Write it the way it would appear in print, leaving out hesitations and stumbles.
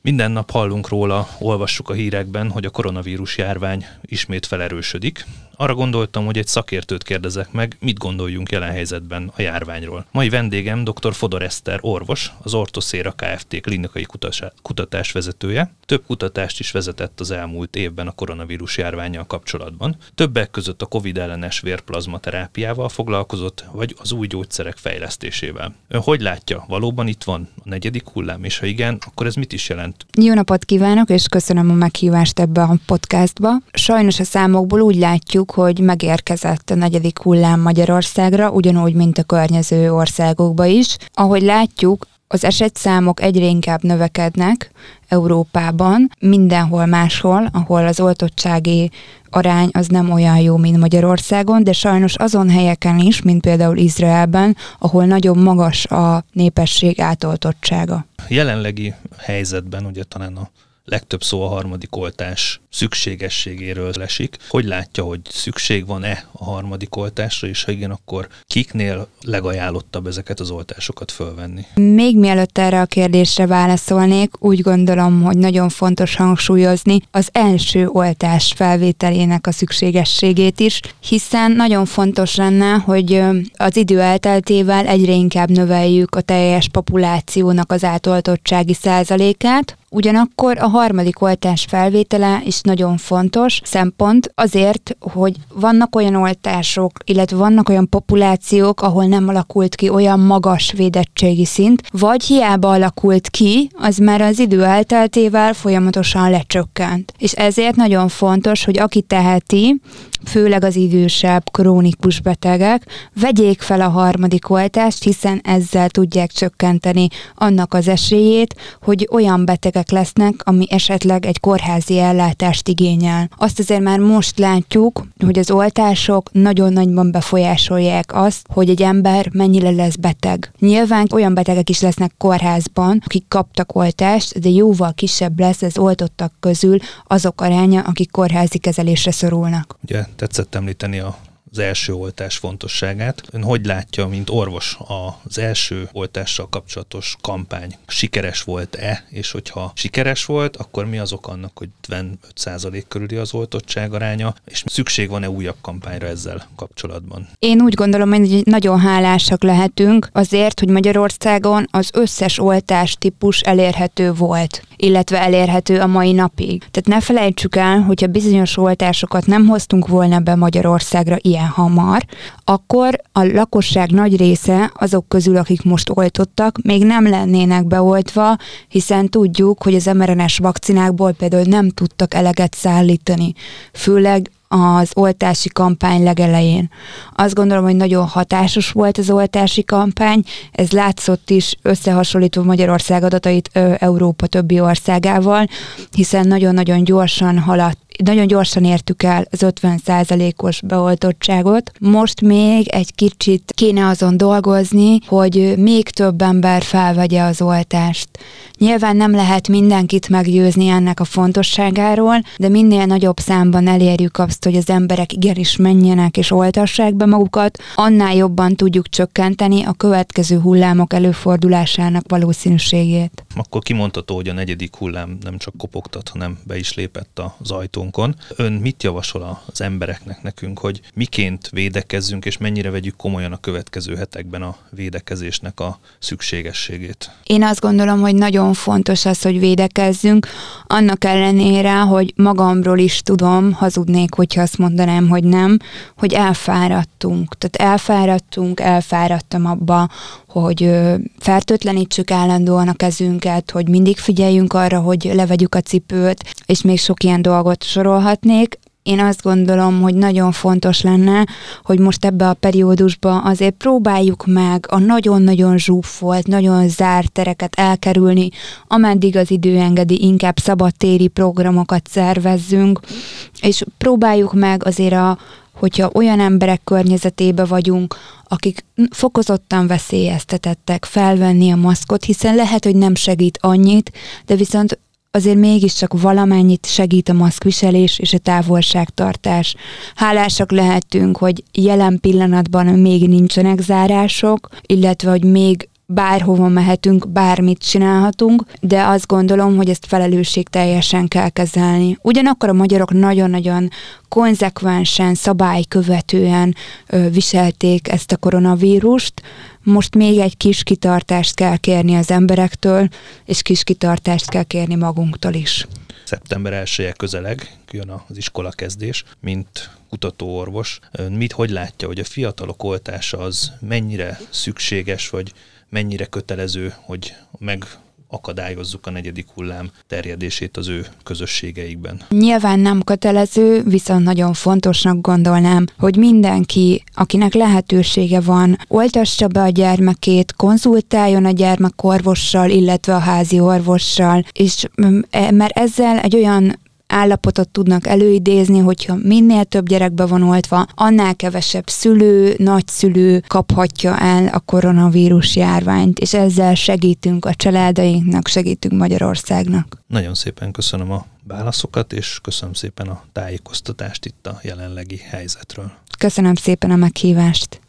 Minden nap hallunk róla, olvassuk a hírekben, hogy a koronavírus járvány ismét felerősödik. Arra gondoltam, hogy egy szakértőt kérdezek meg, mit gondoljunk jelen helyzetben a járványról. Mai vendégem dr. Fodor Eszter orvos, az Orthoszéra Kft. Klinikai kutatás vezetője. Több kutatást is vezetett az elmúlt évben a koronavírus járvánnyal kapcsolatban. Többek között a Covid ellenes vérplazma terápiával foglalkozott, vagy az új gyógyszerek fejlesztésével. Ön hogy látja, valóban itt van a negyedik hullám, és ha igen, akkor ez mit is jelent? Jó napot kívánok, és köszönöm a meghívást ebbe a podcastba. Sajnos a számokból úgy látjuk, hogy megérkezett a negyedik hullám Magyarországra, ugyanúgy, mint a környező országokba is. Ahogy látjuk, az esetszámok egyre inkább növekednek Európában, mindenhol máshol, ahol az oltottsági arány az nem olyan jó, mint Magyarországon, de sajnos azon helyeken is, mint például Izraelben, ahol nagyon magas a népesség átoltottsága. Jelenlegi helyzetben ugye talán a legtöbb szó a harmadik oltás szükségességéről esik. Hogy látja, hogy szükség van-e a harmadik oltásra, és ha igen, akkor kiknél legajánlottabb ezeket az oltásokat fölvenni? Még mielőtt erre a kérdésre válaszolnék, úgy gondolom, hogy nagyon fontos hangsúlyozni az első oltás felvételének a szükségességét is, hiszen nagyon fontos lenne, hogy az idő elteltével egyre inkább növeljük a teljes populációnak az átoltottsági százalékát. Ugyanakkor a harmadik oltás felvétele is nagyon fontos szempont azért, hogy vannak olyan oltások, illetve vannak olyan populációk, ahol nem alakult ki olyan magas védettségi szint, vagy hiába alakult ki, az már az idő elteltével folyamatosan lecsökkent. És ezért nagyon fontos, hogy aki teheti, főleg az idősebb, krónikus betegek, vegyék fel a harmadik oltást, hiszen ezzel tudják csökkenteni annak az esélyét, hogy olyan betegek lesznek, ami esetleg egy kórházi ellátást igényel. Azt azért már most látjuk, hogy az oltások nagyon nagyban befolyásolják azt, hogy egy ember mennyire lesz beteg. Nyilván olyan betegek is lesznek kórházban, akik kaptak oltást, de jóval kisebb lesz az oltottak közül azok aránya, akik kórházi kezelésre szorulnak. Ugye tetszett említeni az első oltás fontosságát. Ön hogy látja, mint orvos, az első oltással kapcsolatos kampány sikeres volt-e, és hogyha sikeres volt, akkor mi az ok annak, hogy 55% körüli az oltottság aránya, és szükség van-e újabb kampányra ezzel kapcsolatban? Én úgy gondolom, hogy nagyon hálásak lehetünk azért, hogy Magyarországon az összes oltástípus elérhető volt, illetve elérhető a mai napig. Tehát ne felejtsük el, hogyha bizonyos oltásokat nem hoztunk volna be Magyarországra ilyen hamar, akkor a lakosság nagy része azok közül, akik most oltottak, még nem lennének beoltva, hiszen tudjuk, hogy az mRNA-s vakcinákból például nem tudtak eleget szállítani, főleg az oltási kampány legelején. Azt gondolom, hogy nagyon hatásos volt az oltási kampány, ez látszott is összehasonlítva Magyarország adatait Európa többi országával, hiszen nagyon-nagyon gyorsan értük el az 50%-os beoltottságot. Most még egy kicsit kéne azon dolgozni, hogy még több ember felvegye az oltást. Nyilván nem lehet mindenkit meggyőzni ennek a fontosságáról, de minél nagyobb számban elérjük azt, hogy az emberek igenis menjenek és oltassák be magukat, annál jobban tudjuk csökkenteni a következő hullámok előfordulásának valószínűségét. Akkor kimondható, hogy a negyedik hullám nem csak kopogtat, hanem be is lépett az ajtónkon. Ön mit javasol az embereknek, nekünk, hogy miként védekezzünk, és mennyire vegyük komolyan a következő hetekben a védekezésnek a szükségességét? Én azt gondolom, hogy nagyon fontos az, hogy védekezzünk, annak ellenére, hogy magamról is tudom, hazudnék, hogyha azt mondanám, hogy nem, hogy elfáradtunk. Tehát elfáradtam abba, hogy fertőtlenítsük állandóan a kezünket, hogy mindig figyeljünk arra, hogy levegyük a cipőt, és még sok ilyen dolgot sorolhatnék. Én azt gondolom, hogy nagyon fontos lenne, hogy most ebbe a periódusban azért próbáljuk meg a nagyon-nagyon zsúfolt, nagyon zárt tereket elkerülni, ameddig az idő engedi, inkább szabadtéri programokat szervezzünk, és próbáljuk meg azért hogyha olyan emberek környezetében vagyunk, akik fokozottan veszélyeztetettek, felvenni a maszkot, hiszen lehet, hogy nem segít annyit, de viszont azért mégiscsak valamennyit segít a maszkviselés és a távolságtartás. Hálásak lehetünk, hogy jelen pillanatban még nincsenek zárások, illetve hogy még bárhova mehetünk, bármit csinálhatunk, de azt gondolom, hogy ezt felelősségteljesen kell kezelni. Ugyanakkor a magyarok nagyon-nagyon konzekvensen, szabálykövetően viselték ezt a koronavírust. Most még egy kis kitartást kell kérni az emberektől, és kis kitartást kell kérni magunktól is. Szeptember 1-e közeleg, jön az iskolakezdés, mint kutatóorvos. Hogy látja, hogy a fiatalok oltása az mennyire szükséges, vagy mennyire kötelező, hogy megakadályozzuk a 4. hullám terjedését az ő közösségeikben? Nyilván nem kötelező, viszont nagyon fontosnak gondolnám, hogy mindenki, akinek lehetősége van, oltassa be a gyermekét, konzultáljon a gyermekorvossal, illetve a házi orvossal, és mert ezzel egy olyan állapotot tudnak előidézni, hogyha minél több gyerekbe van oltva, annál kevesebb szülő, nagyszülő kaphatja el a koronavírus járványt, és ezzel segítünk a családainknak, segítünk Magyarországnak. Nagyon szépen köszönöm a válaszokat, és köszönöm szépen a tájékoztatást itt a jelenlegi helyzetről. Köszönöm szépen a meghívást.